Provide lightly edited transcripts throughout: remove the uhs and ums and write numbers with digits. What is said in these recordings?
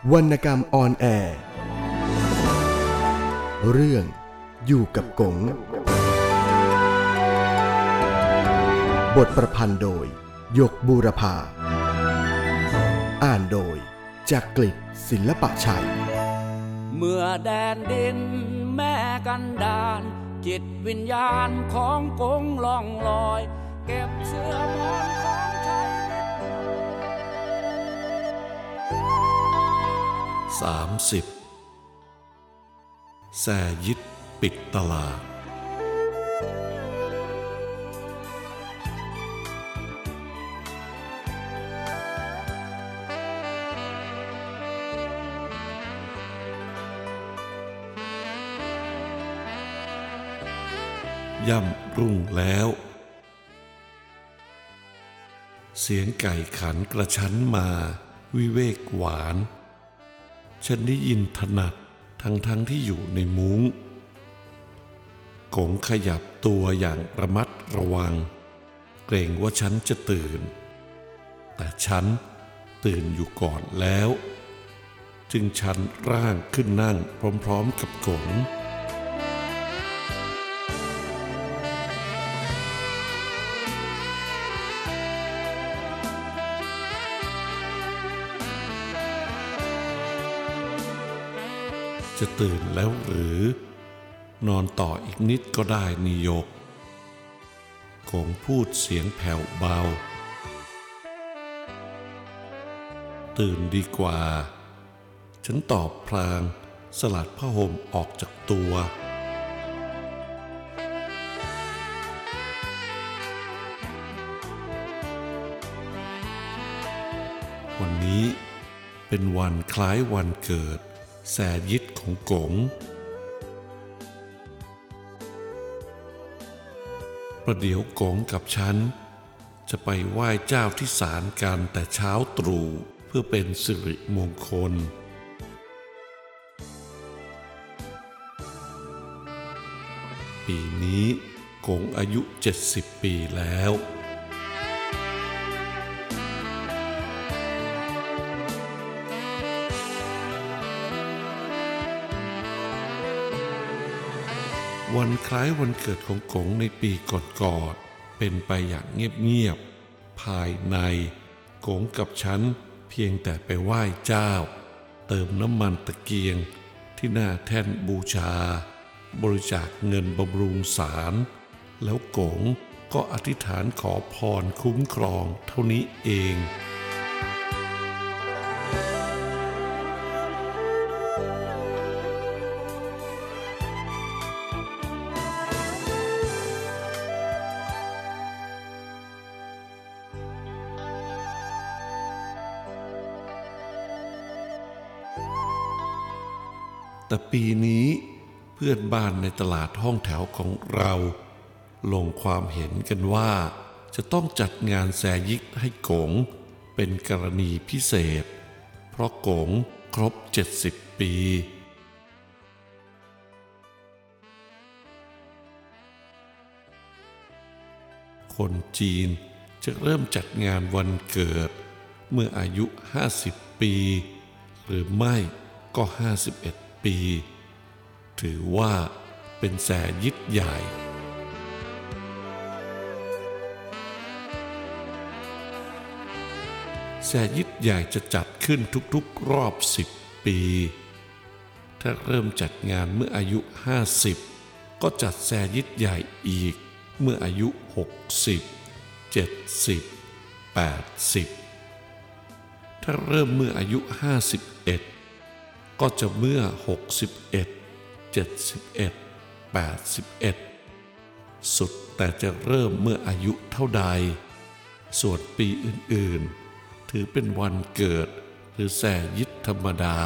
วรรณกรรมออนแอร์เรื่องอยู่กับกงบทประพันธ์โดยหยกบูรพาอ่านโดยจักริดศิลปะชัยเมื่อแดนดินแม่กันดานจิตวิญญาณของกงล่องลอยเก็บเสื้อมอนของไทย 30แซยิดปิดตลาดย่ำรุ่งแล้วเสียงไก่ขันกระชั้นมาวิเวกหวานฉันได้ยินถนัดทั้งที่อยู่ในมุ้งกงขยับตัวอย่างระมัดระวังเกรงว่าฉันจะตื่นแต่ฉันตื่นอยู่ก่อนแล้วจึงชันร่างขึ้นนั่งพร้อมๆกับกงจะตื่นแล้วหรือนอนต่ออีกนิดก็ได้นิยกกงพูดเสียงแผ่วเบาตื่นดีกว่าฉันตอบพลางสลัดผ้าห่มออกจากตัววันนี้เป็นวันคล้ายวันเกิดแสยิดของกงประเดี๋ยวกงกับฉันจะไปไหว้เจ้าที่ศาลกันแต่เช้าตรู่เพื่อเป็นสิริมงคลปีนี้กงอายุ70 ปีแล้ววันคล้ายวันเกิดของกงในปีก่อนๆเป็นไปอย่างเงียบๆภายในกงกับฉันเพียงแต่ไปไหว้เจ้าเติมน้ำมันตะเกียงที่หน้าแท่นบูชาบริจาคเงินบำรุงศาลแล้วกงก็อธิษฐานขอพรคุ้มครองเท่านี้เองแต่ปีนี้เพื่อนบ้านในตลาดห้องแถวของเราลงความเห็นกันว่าจะต้องจัดงานแซยิกให้กงเป็นกรณีพิเศษเพราะกงครบ70 ปีคนจีนจะเริ่มจัดงานวันเกิดเมื่ออายุ50 ปีหรือไม่ก็51 ปีถือว่าเป็นแสยิดใหญ่แสยิดใหญ่จะจัดขึ้นทุกๆรอบ10 ปีถ้าเริ่มจัดงานเมื่ออายุ50ก็จัดแสยิดใหญ่อีกเมื่ออายุ60 70 80ถ้าเริ่มเมื่ออายุ51ก็จะเมื่อ61 71 81สุดแต่จะเริ่มเมื่ออายุเท่าใดส่วนปีอื่นๆถือเป็นวันเกิดหรือแสยิดธรรมดา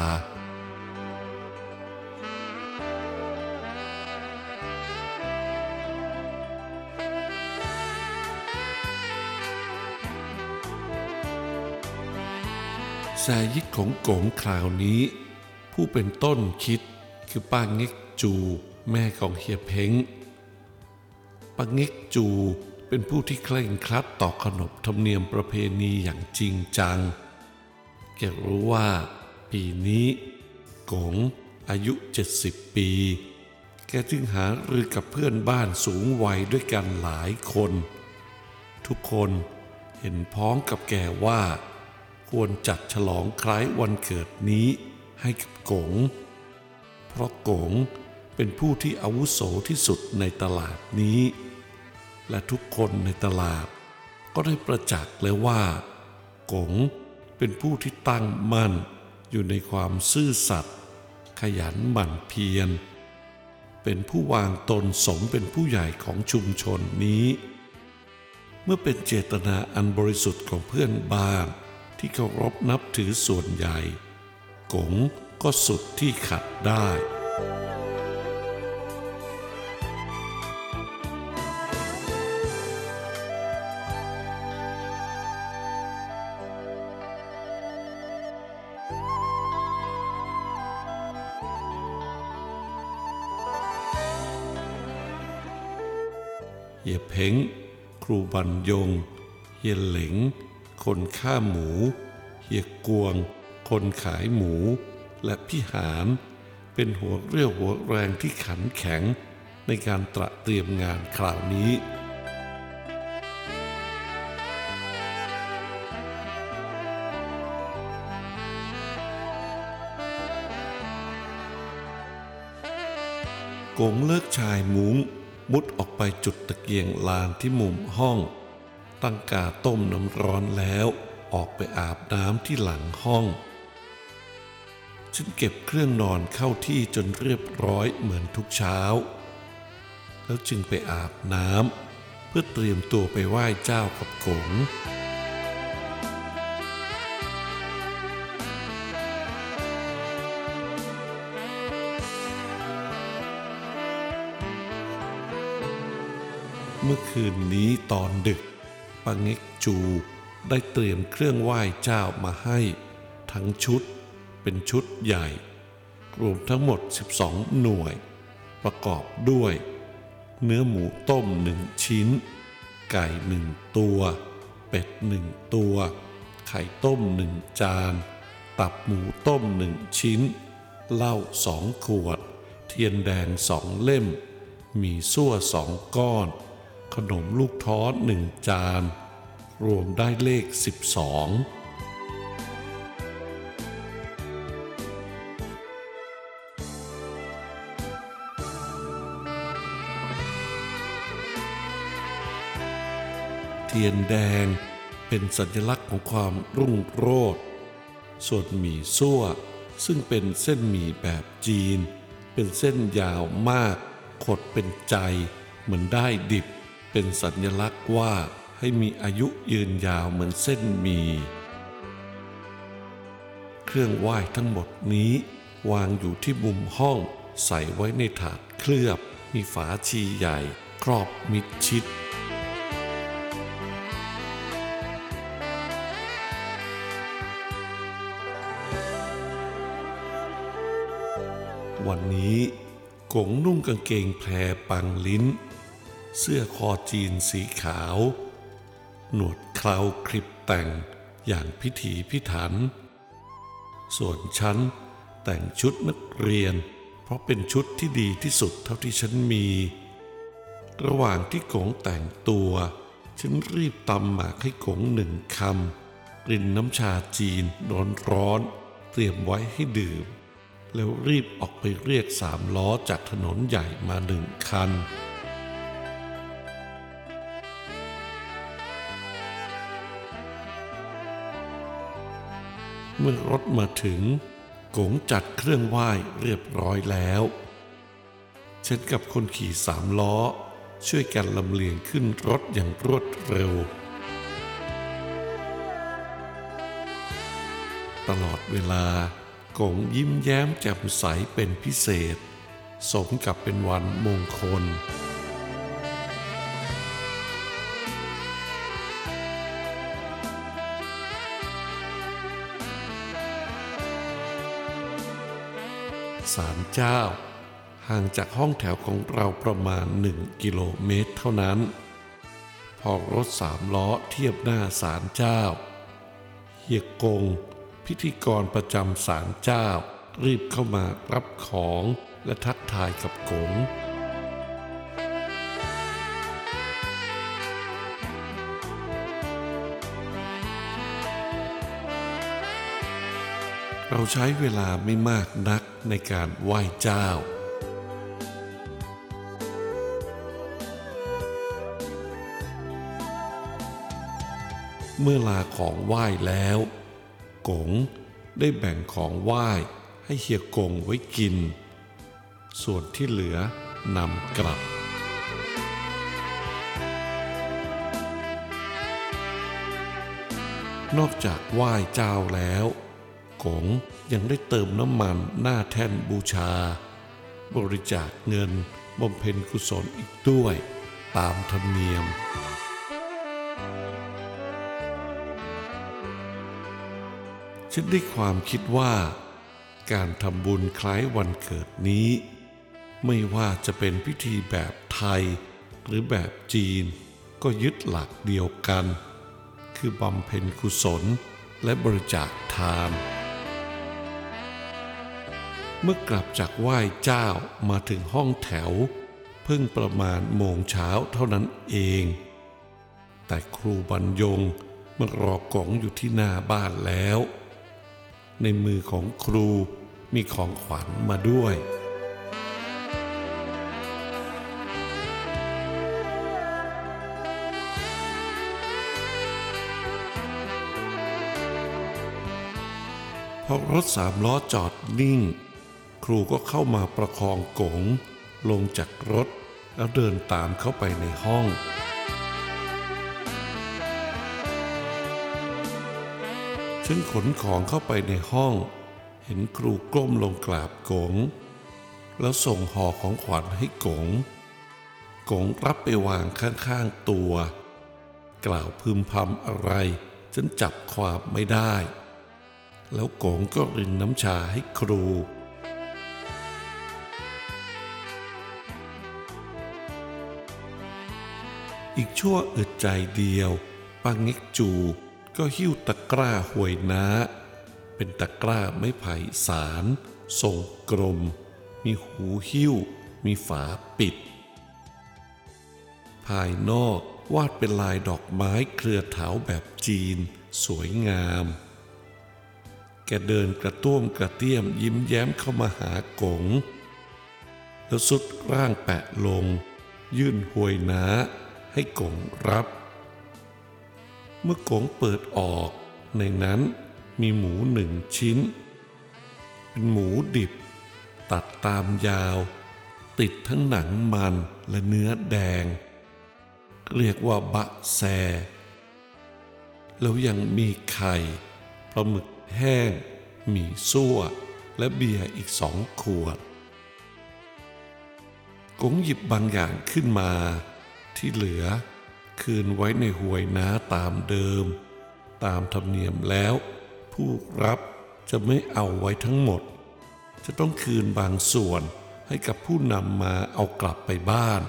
แสยิดของกงคราวนี้ผู้เป็นต้นคิดคือป้าเง็กจูแม่ของเฮียเพ้งป้าเง็กจูเป็นผู้ที่เคร่งครัดต่อขนบธรรมเนียมประเพณีอย่างจริงจังแกรู้ว่าปีนี้กงอายุ70 ปีแกจึงหารือกับเพื่อนบ้านสูงวัยด้วยกันหลายคนทุกคนเห็นพ้องกับแกว่าควรจัดฉลองคล้ายวันเกิดนี้ให้กับกงเพราะกงเป็นผู้ที่อาวุโสที่สุดในตลาดนี้และทุกคนในตลาดก็ได้ประจักษ์แล้วว่ากงเป็นผู้ที่ตั้งมั่นอยู่ในความซื่อสัตย์ขยันหมั่นเพียรเป็นผู้วางตนสมเป็นผู้ใหญ่ของชุมชนนี้เมื่อเป็นเจตนาอันบริสุทธิ์ของเพื่อนบ้านที่เคารพนับถือส่วนใหญ่กงก็สุดที่ขัดได้เฮียเพ้งครูบรรยงเฮียเหลงคนฆ่าหมูเฮียกวงคนขายหมูและพี่หานเป็นหัวเรี่ยวหัวแรงที่ขันแข็งในการตระเตรียมงานคราวนี้กงเลิกชายมุ้งมุดออกไปจุดตะเกียงลานที่มุมห้องตั้งกาต้มน้ำร้อนแล้วออกไปอาบน้ำที่หลังห้องฉันเก็บเครื่องนอนเข้าที่จนเรียบร้อยเหมือนทุกเช้าแล้วจึงไปอาบน้ำเพื่อเตรียมตัวไปไหว้เจ้ากับกงเมื่อคืนนี้ตอนดึกป้าเง็กจูได้เตรียมเครื่องไหว้เจ้ามาให้ทั้งชุดเป็นชุดใหญ่รวมทั้งหมด12 หน่วยประกอบด้วยเนื้อหมูต้ม1 ชิ้นไก่1 ตัวเป็ด1 ตัวไข่ต้ม1 จานตับหมูต้ม1 ชิ้นเหล้า2 ขวดเทียนแดง2 เล่มมีซั่ว2 ก้อนขนมลูกท้อ1 จานรวมได้เลข12เทียนแดงเป็นสัญลักษณ์ของความรุ่งโรจน์ส่วนหมี่ซั่วซึ่งเป็นเส้นหมี่แบบจีนเป็นเส้นยาวมากขดเป็นใจเหมือนได้ดิบเป็นสัญลักษณ์ว่าให้มีอายุยืนยาวเหมือนเส้นหมี่เครื่องไหว้ทั้งหมดนี้วางอยู่ที่มุมห้องใส่ไว้ในถาดเคลือบมีฝาชีใหญ่ครอบมิดชิดวันนี้กงนุ่งกางเกงแพรปังลิ้นเสื้อคอจีนสีขาวหนวดเคราคลิปแต่งอย่างพิถีพิถันส่วนฉันแต่งชุดนักเรียนเพราะเป็นชุดที่ดีที่สุดเท่าที่ฉันมีระหว่างที่กงแต่งตัวฉันรีบตำหมากให้กง1 คำรินน้ำชาจีนร้อนๆเตรียมไว้ให้ดื่มแล้วรีบออกไปเรียก3 ล้อจากถนนใหญ่มา1 คันเมื่อรถมาถึงกงจัดเครื่องไหว้เรียบร้อยแล้วฉันกับคนขี่3 ล้อช่วยกันลำเลียงขึ้นรถอย่างรวดเร็วตลอดเวลากงยิ้มแย้มแจ่มใสเป็นพิเศษสมกับเป็นวันมงคลศาลเจ้าห่างจากห้องแถวของเราประมาณ1 กิโลเมตรเท่านั้นพอรถ3 ล้อเทียบหน้าศาลเจ้าเฮียกงพพิธีกรประจำศาลเจ้ารีบเข้ามารับของและทักทายกับกงเราใช้เวลาไม่มากนักในการไหว้เจ้าเมื่อลาของไหว้แล้วกงได้แบ่งของไหว้ให้เฮียกงไว้กินส่วนที่เหลือนำกลับนอกจากไหว้เจ้าแล้วกงยังได้เติมน้ำมันหน้าแท่นบูชาบริจาคเงินบำเพ็ญกุศลอีกด้วยตามธรรมเนียมฉันได้ความคิดว่าการทำบุญคล้ายวันเกิดนี้ไม่ว่าจะเป็นพิธีแบบไทยหรือแบบจีนก็ยึดหลักเดียวกันคือบำเพ็ญกุศลและบริจาคทานเมื่อกลับจากไหว้เจ้ามาถึงห้องแถวเพิ่งประมาณโมงเช้าเท่านั้นเองแต่ครูบรรยงมารอกงอยู่ที่หน้าบ้านแล้วในมือของครูมีของขวัญมาด้วยพอรถสามล้อจอดนิ่งครูก็เข้ามาประคองกงลงจากรถแล้วเดินตามเข้าไปในห้องฉันขนของเข้าไปในห้องเห็นครูก้มลงกราบกงแล้วส่งห่อของขวัญให้กงรับไปวางข้างๆตัวกล่าวพึมพำอะไรฉันจับความไม่ได้แล้วกงก็รินน้ำชาให้ครูอีกชั่วอึดใจเดียวป้าเง็กจูก็หิ้วตะกร้าหวยน้าเป็นตะกร้าไม้ไผ่สารทรงกลมมีหูหิ้วมีฝาปิดภายนอกวาดเป็นลายดอกไม้เครือเถาแบบจีนสวยงามแกเดินกระต้วมกระเตี้ยมยิ้มแย้มเข้ามาหากงแล้วสุดร่างแปะลงยื่นหวยน้าให้กงรับเมื่อกงเปิดออกในนั้นมีหมู1 ชิ้นเป็นหมูดิบตัดตามยาวติดทั้งหนังมันและเนื้อแดงเรียกว่าบะแซแล้วยังมีไข่ปลาหมึกแห้งหมี่ซั่วและเบียร์อีก2 ขวดกงหยิบบางอย่างขึ้นมาที่เหลือคืนไว้ในหวยน้าตามเดิมตามธรรมเนียมแล้วผู้รับจะไม่เอาไว้ทั้งหมดจะต้องคืนบางส่วนให้กับผู้นำมาเอากลับไปบ้าน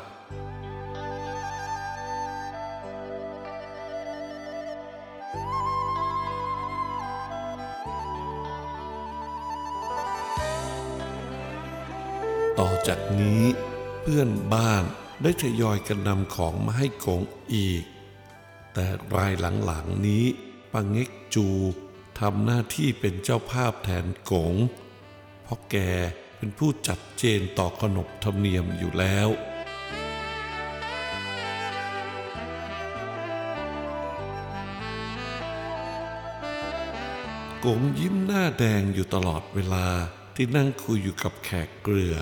ต่อจากนี้เพื่อนบ้านได้ทยอยกันนำของมาให้กงอีกแต่รายหลังๆนี้ป้าเง็กจูทำหน้าที่เป็นเจ้าภาพแทนกงเพราะแกเป็นผู้จัดเจนต่อขนบธรรมเนียมอยู่แล้วกงยิ้มหน้าแดงอยู่ตลอดเวลาที่นั่งคุยอยู่กับแขกเรือ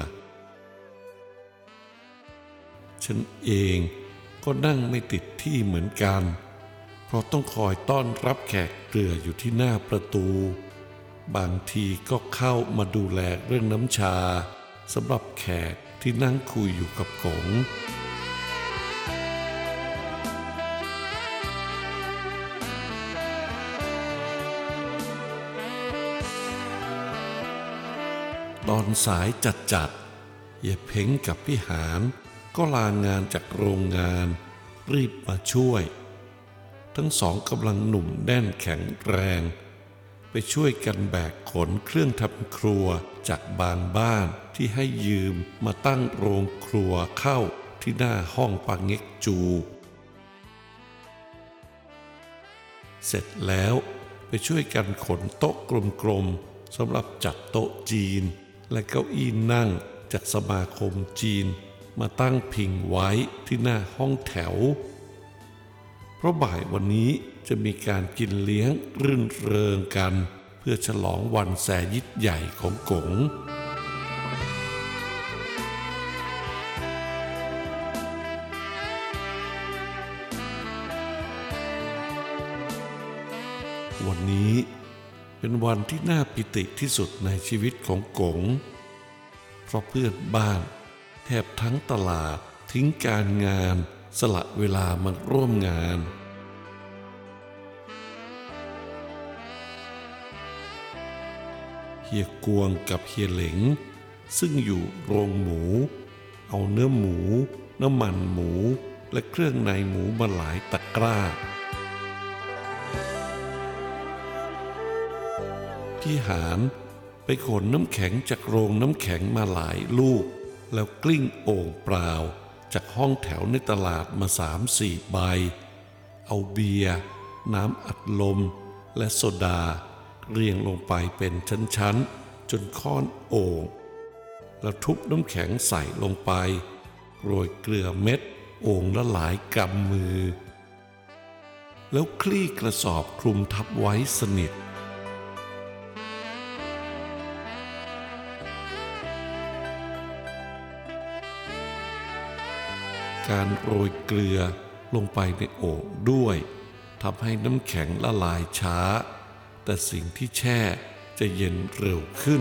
ฉันเองก็นั่งไม่ติดที่เหมือนกันเพราะต้องคอยต้อนรับแขกเรืออยู่ที่หน้าประตูบางทีก็เข้ามาดูแลเรื่องน้ำชาสำหรับแขกที่นั่งคุยอยู่กับกงตอนสายจัดเฮียเพ้งกับพี่หานก็ลางานจากโรงงานรีบมาช่วยทั้งสองกำลังหนุ่มแน่นแข็งแรงไปช่วยกันแบกขนเครื่องทำครัวจากบางบ้านที่ให้ยืมมาตั้งโรงครัวเข้าที่หน้าห้องปาเง็กจูเสร็จแล้วไปช่วยกันขนโต๊ะกลมๆสำหรับจัดโต๊ะจีนและเก้าอี้นั่งจากสมาคมจีนมาตั้งพิงไว้ที่หน้าห้องแถวเพราะบ่ายวันนี้จะมีการกินเลี้ยงรื่นเริงกันเพื่อฉลองวันแสยิดใหญ่ของกงวันนี้เป็นวันที่น่าปิติที่สุดในชีวิตของกงเพราะเพื่อนบ้านแทบทั้งตลาดทิ้งการงานสละเวลามาร่วมงานเฮียกวงกับเฮียเหลงซึ่งอยู่โรงหมูเอาเนื้อหมูน้ำมันหมูและเครื่องในหมูมาหลายตะกร้าพี่หานไปขนน้ำแข็งจากโรงน้ำแข็งมาหลายลูกแล้วกลิ้งโอ่งเปล่าจากห้องแถวในตลาดมา3-4 ใบเอาเบียร์น้ำอัดลมและโซดาเรียงลงไปเป็นชั้นๆจนค่อนโอ่งแล้วทุบน้ำแข็งใส่ลงไปโรยเกลือเม็ดโอ่งละหลายกำมือแล้วคลี่กระสอบคลุมทับไว้สนิทการโรยเกลือลงไปในโอ่งด้วยทำให้น้ำแข็งละลายช้าแต่สิ่งที่แช่จะเย็นเร็วขึ้น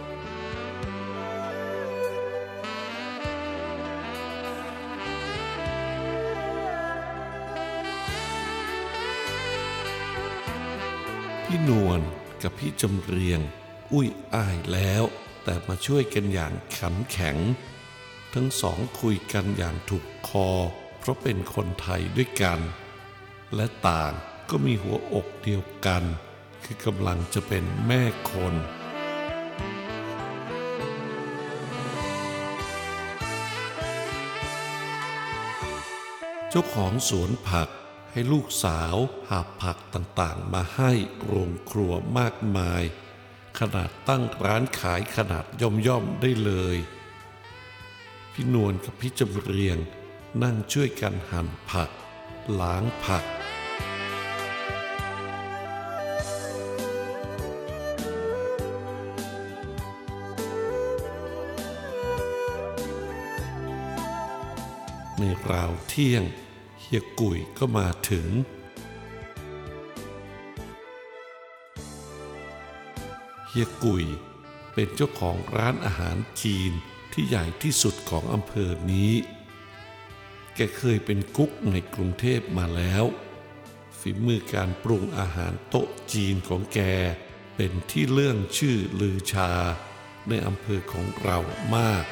พี่นวลกับพี่จำเรียงอุ้ยอ้ายแล้วแต่มาช่วยกันอย่างขันแข็งทั้งสองคุยกันอย่างถูกคอเพราะเป็นคนไทยด้วยกันและต่างก็มีหัวอกเดียวกันคือกำลังจะเป็นแม่คนเจ้าของสวนผักให้ลูกสาวหาผักต่างๆมาให้โรงครัวมากมายขนาดตั้งร้านขายขนาดย่อมๆได้เลยพี่นวลกับพี่จำเรียงนั่งช่วยกันหั่นผักล้างผักในราวเที่ยงเฮียกุยก็มาถึงเฮียกุยเป็นเจ้าของร้านอาหารจีนที่ใหญ่ที่สุดของอำเภอนี้แกเคยเป็นกุ๊กในกรุงเทพมาแล้วฝีมือการปรุงอาหารโต๊ะจีนของแกเป็นที่เลื่องชื่อลือชาในอำเภอของเรามาก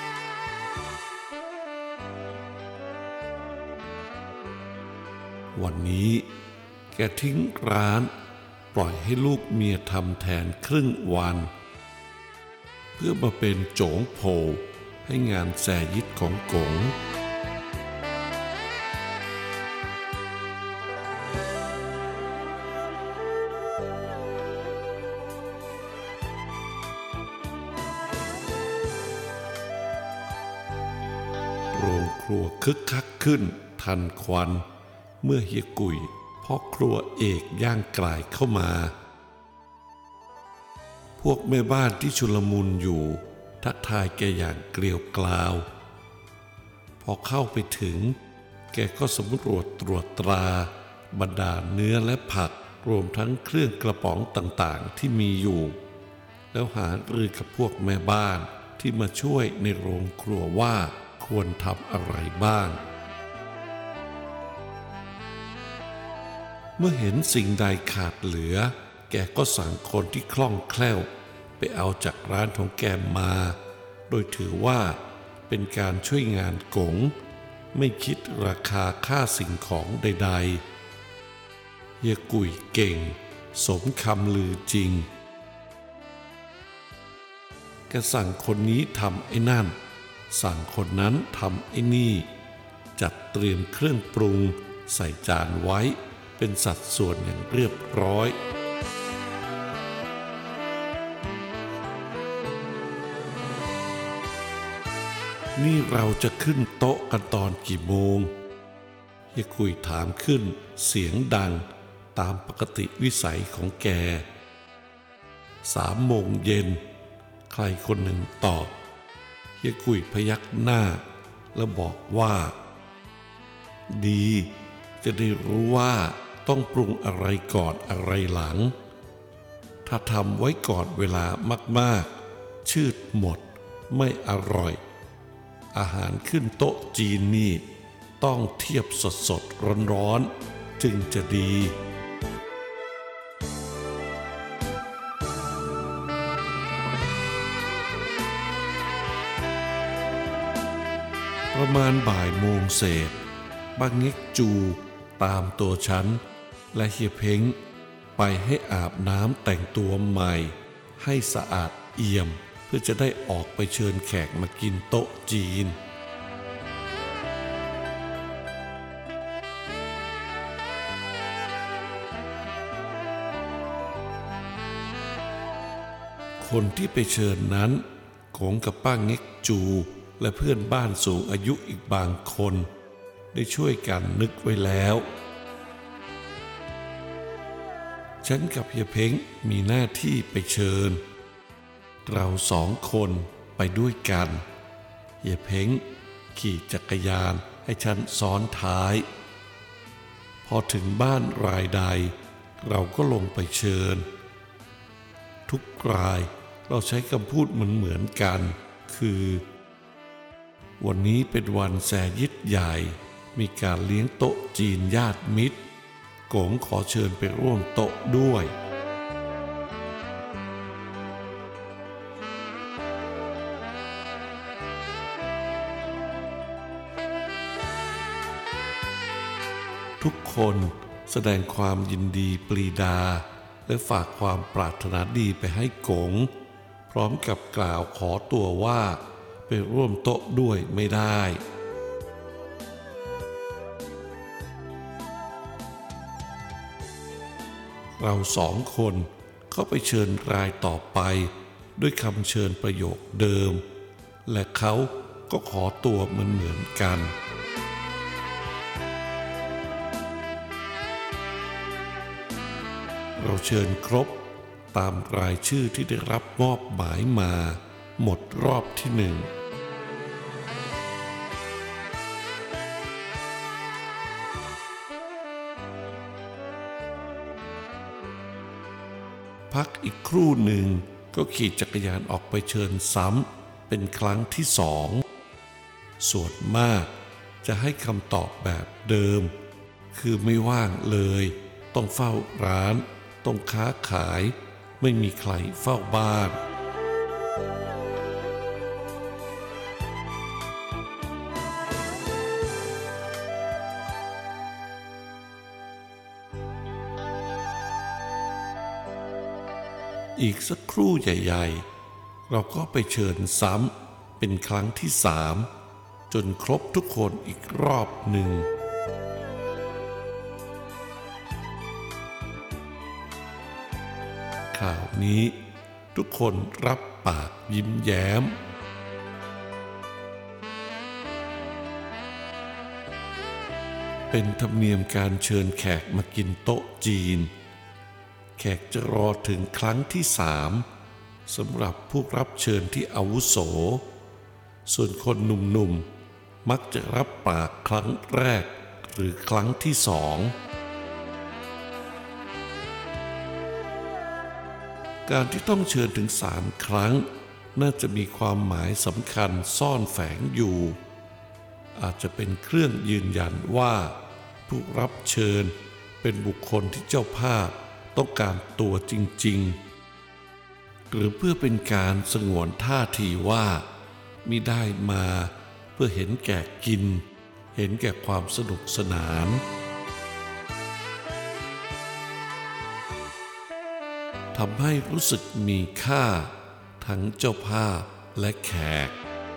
วันนี้แกทิ้งร้านปล่อยให้ลูกเมียทำแทนครึ่งวันเพื่อมาเป็นโจงโผให้งานแสยิดของกงโรงครัวคึกคักขึ้นทันควันเมื่อเฮียกุยพ่อครัวเอกย่างกลายเข้ามาพวกแม่บ้านที่ชุลมุนอยู่ทักทายแกอย่างเกลียวกลาวพอเข้าไปถึงแกก็สำรวจตรวจตราบรรดาเนื้อและผักรวมทั้งเครื่องกระป๋องต่างๆที่มีอยู่แล้วหารือกับพวกแม่บ้านที่มาช่วยในโรงครัวว่าควรทำอะไรบ้างเมื่อเห็นสิ่งใดขาดเหลือแกก็สั่งคนที่คล่องแคล่วไปเอาจากร้านของแกมาโดยถือว่าเป็นการช่วยงานกงไม่คิดราคาค่าสิ่งของใดๆเฮียกุยเก่งสมคำลือจริงแกสั่งคนนี้ทำไอ้นั่นสั่งคนนั้นทำไอ้นี่จัดเตรียมเครื่องปรุงใส่จานไว้เป็นสัดส่วนอย่างเรียบร้อยนี่เราจะขึ้นโต๊ะกันตอนกี่โมงเฮียกุยถามขึ้นเสียงดังตามปกติวิสัยของแก3 โมงเย็นใครคนหนึ่งตอบเฮียกุยพยักหน้าแล้วบอกว่าดีจะได้รู้ว่าต้องปรุงอะไรก่อนอะไรหลังถ้าทำไว้ก่อนเวลามากๆชืดหมดไม่อร่อยอาหารขึ้นโต๊ะจีนนี่ต้องเทียบสดๆร้อนๆจึงจะดีประมาณบ่ายโมงเศษป้าเง็กจูตามตัวฉันและเฮียเพ้งไปให้อาบน้ำแต่งตัวใหม่ให้สะอาดเอี่ยมเพื่อจะได้ออกไปเชิญแขกมากินโต๊ะจีนคนที่ไปเชิญนั้นกงกับป้าเง็กจูและเพื่อนบ้านสูงอายุอีกบางคนได้ช่วยกันนึกไว้แล้วฉันกับเฮียเพ้งมีหน้าที่ไปเชิญเรา2 คนไปด้วยกันเฮียเพ้งขี่จักรยานให้ฉันซ้อนท้ายพอถึงบ้านรายใดเราก็ลงไปเชิญทุกรายเราใช้คำพูดเหมือนกันคือวันนี้เป็นวันแสยิดใหญ่มีการเลี้ยงโต๊ะจีนญาติมิตรกงขอเชิญไปร่วมโต๊ะด้วยทุกคนแสดงความยินดีปรีดาและฝากความปรารถนาดีไปให้กงพร้อมกับกล่าวขอตัวว่าไปร่วมโต๊ะด้วยไม่ได้เรา2 คนเข้าไปเชิญรายต่อไปด้วยคำเชิญประโยคเดิมและเขาก็ขอตัวเหมือนกันเราเชิญครบตามรายชื่อที่ได้รับมอบหมายมาหมดรอบที่1พักอีกครู่หนึ่งก็ขี่จักรยานออกไปเชิญซ้ำเป็นครั้งที่2ส่วนมากจะให้คำตอบแบบเดิมคือไม่ว่างเลยต้องเฝ้าร้านต้องค้าขายไม่มีใครเฝ้าบ้านอีกสักครู่ใหญ่ๆเราก็ไปเชิญซ้ำเป็นครั้งที่3จนครบทุกคนอีกรอบหนึ่งคราวนี้ทุกคนรับปากยิ้มแย้มเป็นธรรมเนียมการเชิญแขกมากินโต๊ะจีนแขกจะรอถึงครั้งที่3สำหรับผู้รับเชิญที่อาวุโสส่วนคนหนุ่มๆมักจะรับปากครั้งแรกหรือครั้งที่2การที่ต้องเชิญถึง3 ครั้งน่าจะมีความหมายสำคัญซ่อนแฝงอยู่อาจจะเป็นเครื่องยืนยันว่าผู้รับเชิญเป็นบุคคลที่เจ้าภาพต้องการตัวจริงๆหรือเพื่อเป็นการสงวนท่าทีว่ามิได้มาเพื่อเห็นแก่กินเห็นแก่ความสนุกสนานทำให้รู้สึกมีค่าทั้งเจ้าภาพและแขก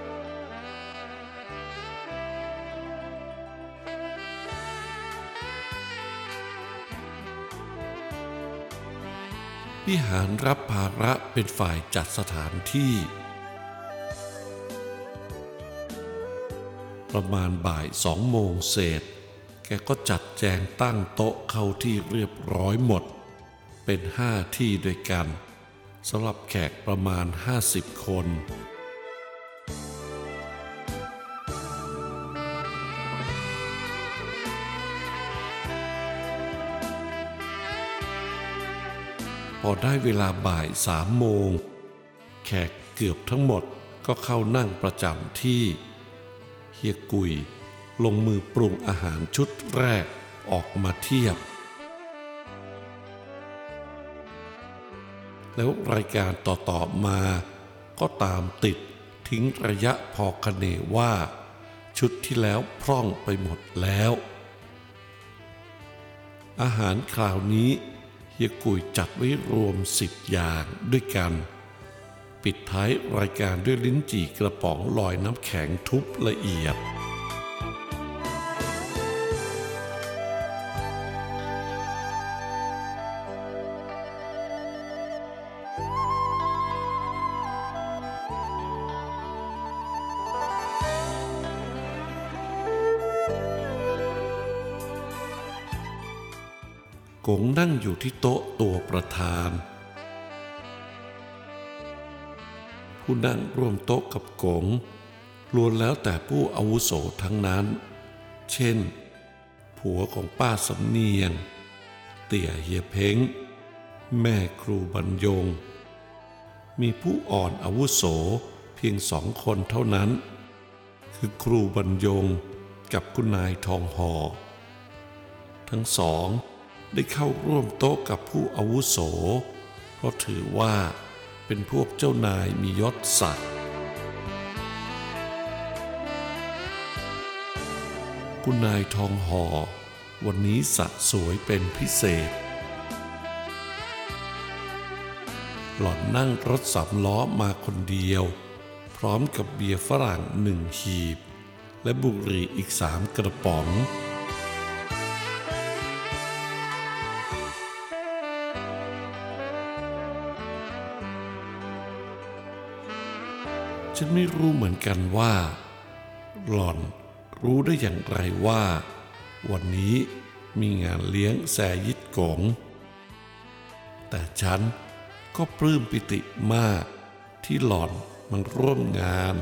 วิหารรับภาระเป็นฝ่ายจัดสถานที่ประมาณบ่าย2 โมงเศษแกก็จัดแจงตั้งโต๊ะเข้าที่เรียบร้อยหมดเป็น5 ที่ด้วยกันสำหรับแขกประมาณ50 คนพอได้เวลาบ่าย3 โมงแขกเกือบทั้งหมดก็เข้านั่งประจำที่เฮียกุยลงมือปรุงอาหารชุดแรกออกมาเทียบแล้วรายการต่อมาก็ตามติดทิ้งระยะพอคะเนว่าชุดที่แล้วพร่องไปหมดแล้วอาหารคราวนี้เฮียกุยจัดไว้รวม10 อย่างด้วยกันปิดท้ายรายการด้วยลิ้นจี่กระป๋องลอยน้ำแข็งทุบละเอียดกงนั่งอยู่ที่โต๊ะตัวประธานผู้นั่งร่วมโต๊ะกับกงล้วนแล้วแต่ผู้อาวุโสทั้งนั้นเช่นผัวของป้าสำเนียงเตี่ยเฮียเพ้งแม่ครูบรรยงมีผู้อ่อนอาวุโสเพียง2 คนเท่านั้นคือครูบรรยงกับคุณนายทองห่อทั้งสองได้เข้าร่วมโต๊ะกับผู้อาวุโสเพราะถือว่าเป็นพวกเจ้านายมียศศักดิ์คุณนายทองห่อวันนี้สะสวยเป็นพิเศษหล่อนนั่งรถ3 ล้อมาคนเดียวพร้อมกับเบียร์ฝรั่ง1 หีบและบุหรี่อีก3 กระป๋องฉันไม่รู้เหมือนกันว่าหล่อนรู้ได้อย่างไรว่าวันนี้มีงานเลี้ยงแซยิดกงแต่ฉันก็ปลื้มปิติมากที่หล่อนมันร่วมงาน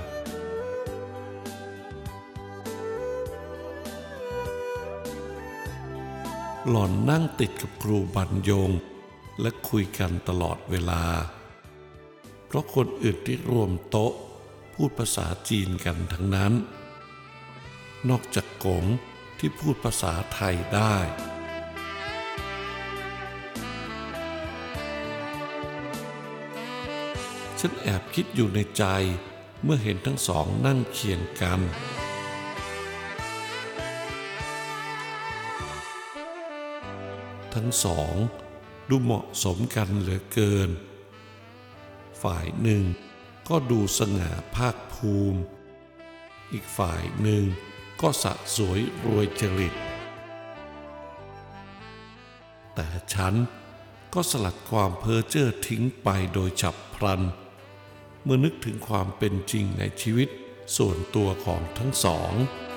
หล่อนนั่งติดกับครูบรรยงและคุยกันตลอดเวลาเพราะคนอื่นที่รวมโต๊ะพูดภาษาจีนกันทั้งนั้นนอกจากกงที่พูดภาษาไทยได้ฉันแอบคิดอยู่ในใจเมื่อเห็นทั้งสองนั่งเคียงกันทั้งสองดูเหมาะสมกันเหลือเกินฝ่ายหนึ่งก็ดูสง่าภาคภูมิอีกฝ่ายหนึ่งก็สะสวยรวยจริตแต่ฉันก็สลัดความเพ้อเจ้อทิ้งไปโดยฉับพลันเมื่อนึกถึงความเป็นจริงในชีวิตส่วนตัวของทั้งสอง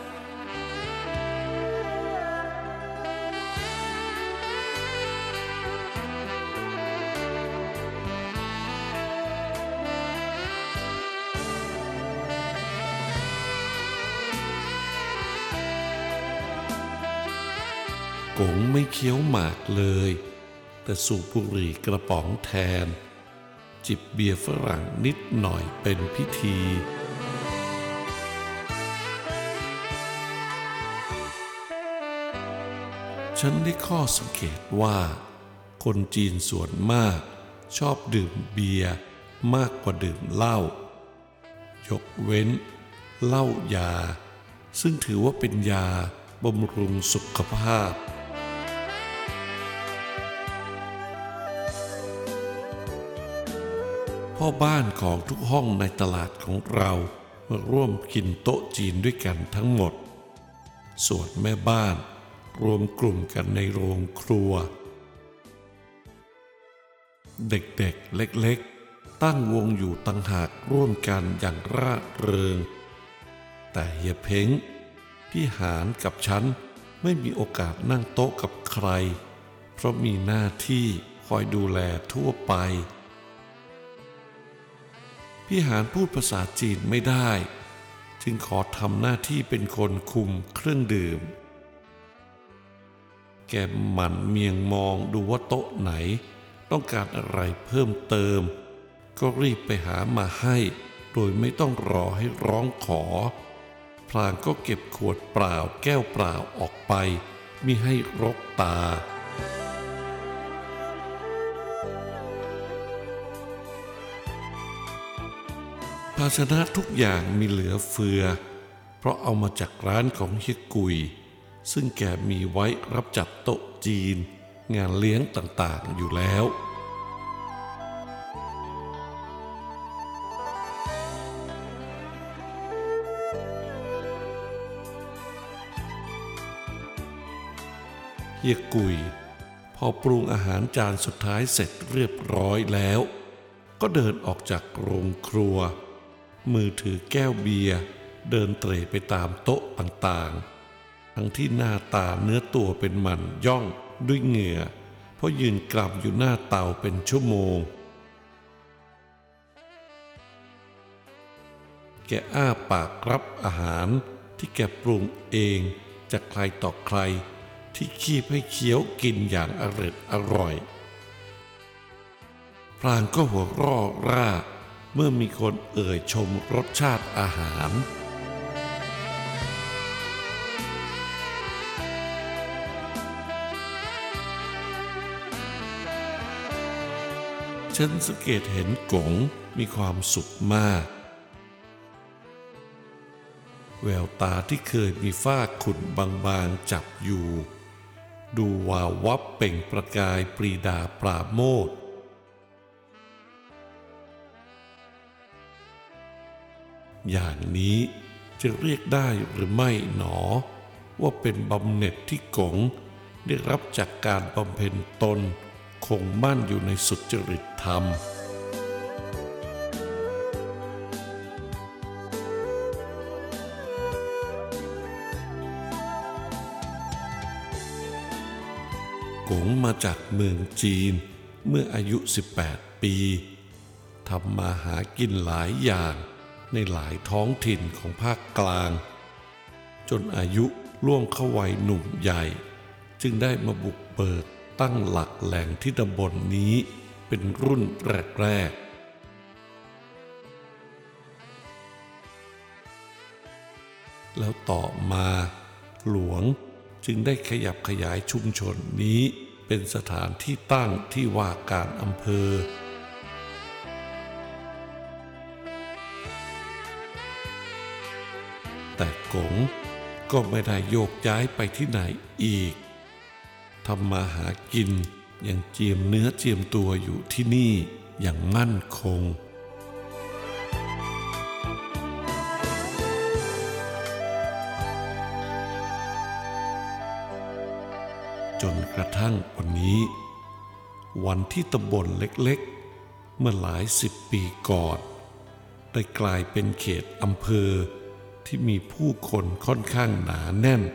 กงไม่เคี้ยวหมากเลยแต่สูบบุหรี่กระป๋องแทนจิบเบียร์ฝรั่งนิดหน่อยเป็นพิธีฉันได้ข้อสังเกตว่าคนจีนส่วนมากชอบดื่มเบียร์มากกว่าดื่มเหล้ายกเว้นเหล้ายาซึ่งถือว่าเป็นยาบำรุงสุขภาพพ่อบ้านของทุกห้องในตลาดของเรามาร่วมกินโต๊ะจีนด้วยกันทั้งหมดส่วนแม่บ้านรวมกลุ่มกันในโรงครัวเด็กๆเล็กๆตั้งวงอยู่ต่างหากร่วมกันอย่างร่าเริงแต่เฮียเพ้งพี่หานกับฉันไม่มีโอกาสนั่งโต๊ะกับใครเพราะมีหน้าที่คอยดูแลทั่วไปพี่หานพูดภาษาจีนไม่ได้จึงขอทำหน้าที่เป็นคนคุมเครื่องดื่มแกหมั่นเมียงมองดูว่าโต๊ะไหนต้องการอะไรเพิ่มเติมก็รีบไปหามาให้โดยไม่ต้องรอให้ร้องขอพลางก็เก็บขวดเปล่าแก้วเปล่าออกไปมิให้รกตาภาชนะทุกอย่างมีเหลือเฟือเพราะเอามาจากร้านของเฮียกุยซึ่งแกมีไว้รับจัดโต๊ะจีนงานเลี้ยงต่างๆอยู่แล้วเฮียกุยพอปรุงอาหารจานสุดท้ายเสร็จเรียบร้อยแล้วก็เดินออกจากโรงครัวมือถือแก้วเบียร์เดินเตร่ไปตามโต๊ะต่างๆทั้งที่หน้าตาเนื้อตัวเป็นมันย่องด้วยเหงื่อเพราะยืนกลับอยู่หน้าเตาเป็นชั่วโมงแกอ้าปากรับอาหารที่แกปรุงเองจากใครต่อใครที่คีบให้เคี้ยวกินอย่างอร่อยพลางก็หัวเราะร่าเมื่อมีคนเอ่ยชมรสชาติอาหารฉันสังเกตเห็นกงมีความสุขมากแววตาที่เคยมีฝ้าขุ่นบางๆจับอยู่ดูวาววับเปล่งประกายปรีดาปราโมทย์อย่างนี้จะเรียกได้หรือไม่หนอว่าเป็นบำเหน็จที่กงได้รับจากการบำเพ็ญตนคงมั่นอยู่ในสุจริตธรรมกงมาจากเมืองจีนเมื่ออายุ18 ปีทำมาหากินหลายอย่างในหลายท้องถิ่นของภาคกลางจนอายุล่วงเข้าวัยหนุ่มใหญ่จึงได้มาบุกเบิกตั้งหลักแหล่งที่ตำบลนี้เป็นรุ่นแรกๆแล้วต่อมาหลวงจึงได้ขยับขยายชุมชนนี้เป็นสถานที่ตั้งที่ว่าการอำเภอแต่กงก็ไม่ได้โยกย้ายไปที่ไหนอีกทำมาหากินยังเจียมเนื้อเจียมตัวอยู่ที่นี่อย่างมั่นคงจนกระทั่งวันนี้วันที่ตำบลเล็กๆเมื่อหลาย10 ปีก่อนได้กลายเป็นเขตอำเภอที่มีผู้คนค่อนข้างหนาแน่น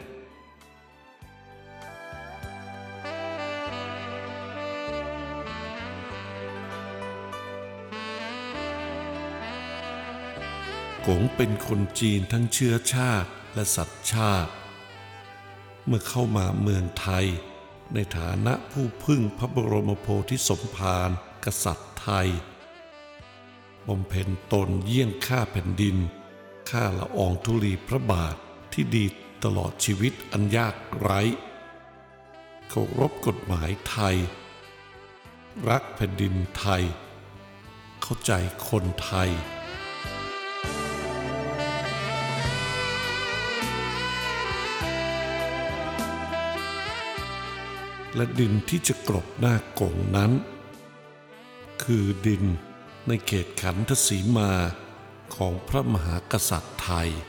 กงเป็นคนจีนทั้งเชื้อชาติและสัญชาติเมื่อเข้ามาเมืองไทยในฐานะผู้พึ่งพระบรมโพธิสมภารกษัตริย์ไทยบำเพ็ญตนเยี่ยงข้าแผ่นดินข้าละอองธุลีพระบาทที่ดีตลอดชีวิตอันยากไร้เคารพกฎหมายไทยรักแผ่นดินไทยเข้าใจคนไทยและดินที่จะกลบหน้ากงนั้นคือดินในเขตขันธสีมาของพระมหากษัตริย์ไทย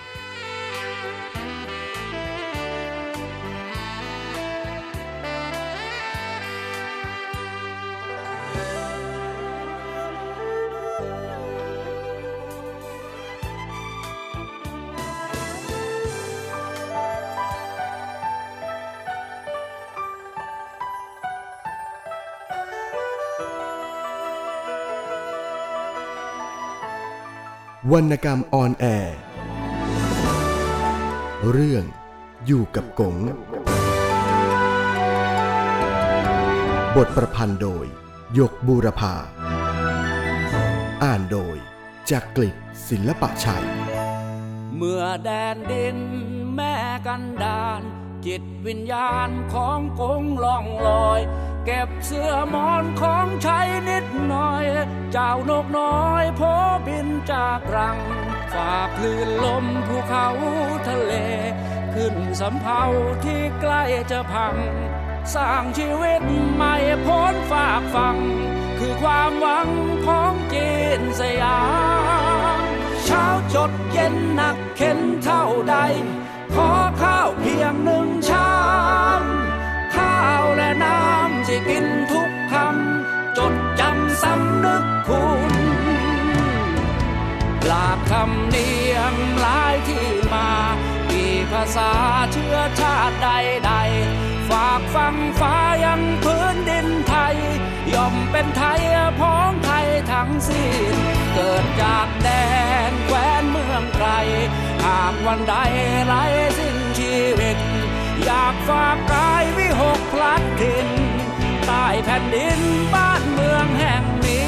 วรรณกรรมออนแอร์เรื่องอยู่กับกงบทประพันธ์โดยหยกบูรพาอ่านโดยจักริดศิลปะชัยเมื่อแดนดินแม่กันดานจิตวิญญาณของกงล่องลอยเก็บเสื้อหมอนของใช้นิดหน่อยเจ้านกน้อยโผบินจากรังฝากคลื่นลมภูเขาทะเลขึ้นสำเภาที่ใกล้จะพังสร้างชีวิตใหม่พ้นฝากฟังคือความหวังของจีนสยามเช้าจดเย็นหนักเข็นเท่าใดขอข้าวเพียง1 ชามข้าวและน้ำที่กินทุกคำจดจำสำนึกคุณหลากคำเนียมหลายที่มามีภาษาเชื้อชาติใดๆฝากฟังฟ้ายังพื้นดินไทยย่อมเป็นไทยพ้องไทยทั้งสิ้นเกิดจากแดนแคว้นเมืองไกลหากวันใดไร้สิ้นชีวิตอยากฝากกายวิหกพลัดถิ่นใต้แผ่นดินบ้านเมืองแห่งนี้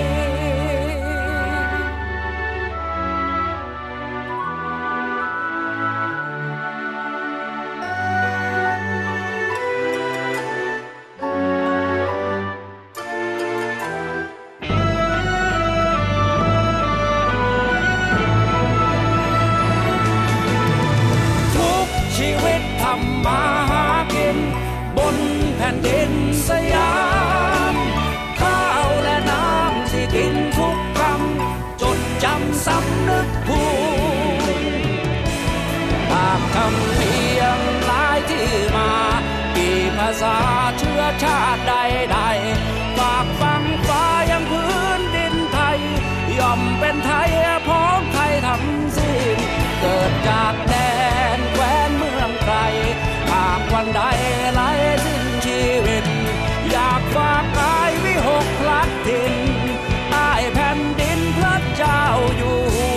ทำมาหากินบนแผ่นดินสยามข้าวและน้ำที่กินทุกคำจดจำสำนึกคุณตามคำเพียงหลายที่มากี่ภาษาเชื้อชาติใดๆฝากฟังฟ้ายังพื้นดินไทยย่อมเป็นไทยพ้องไทยทั้งสิ้นเกิดจากแดนแคว้นเมืองไกลหากวันใดไร้สิ้นชีวิตอยากฝากกายวิหกพลัดถิ่นใต้แผ่นดินพระเจ้าอยู่หั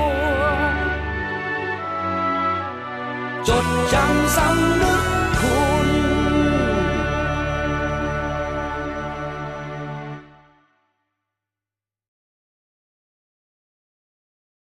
วจดจำสำนึกคุณ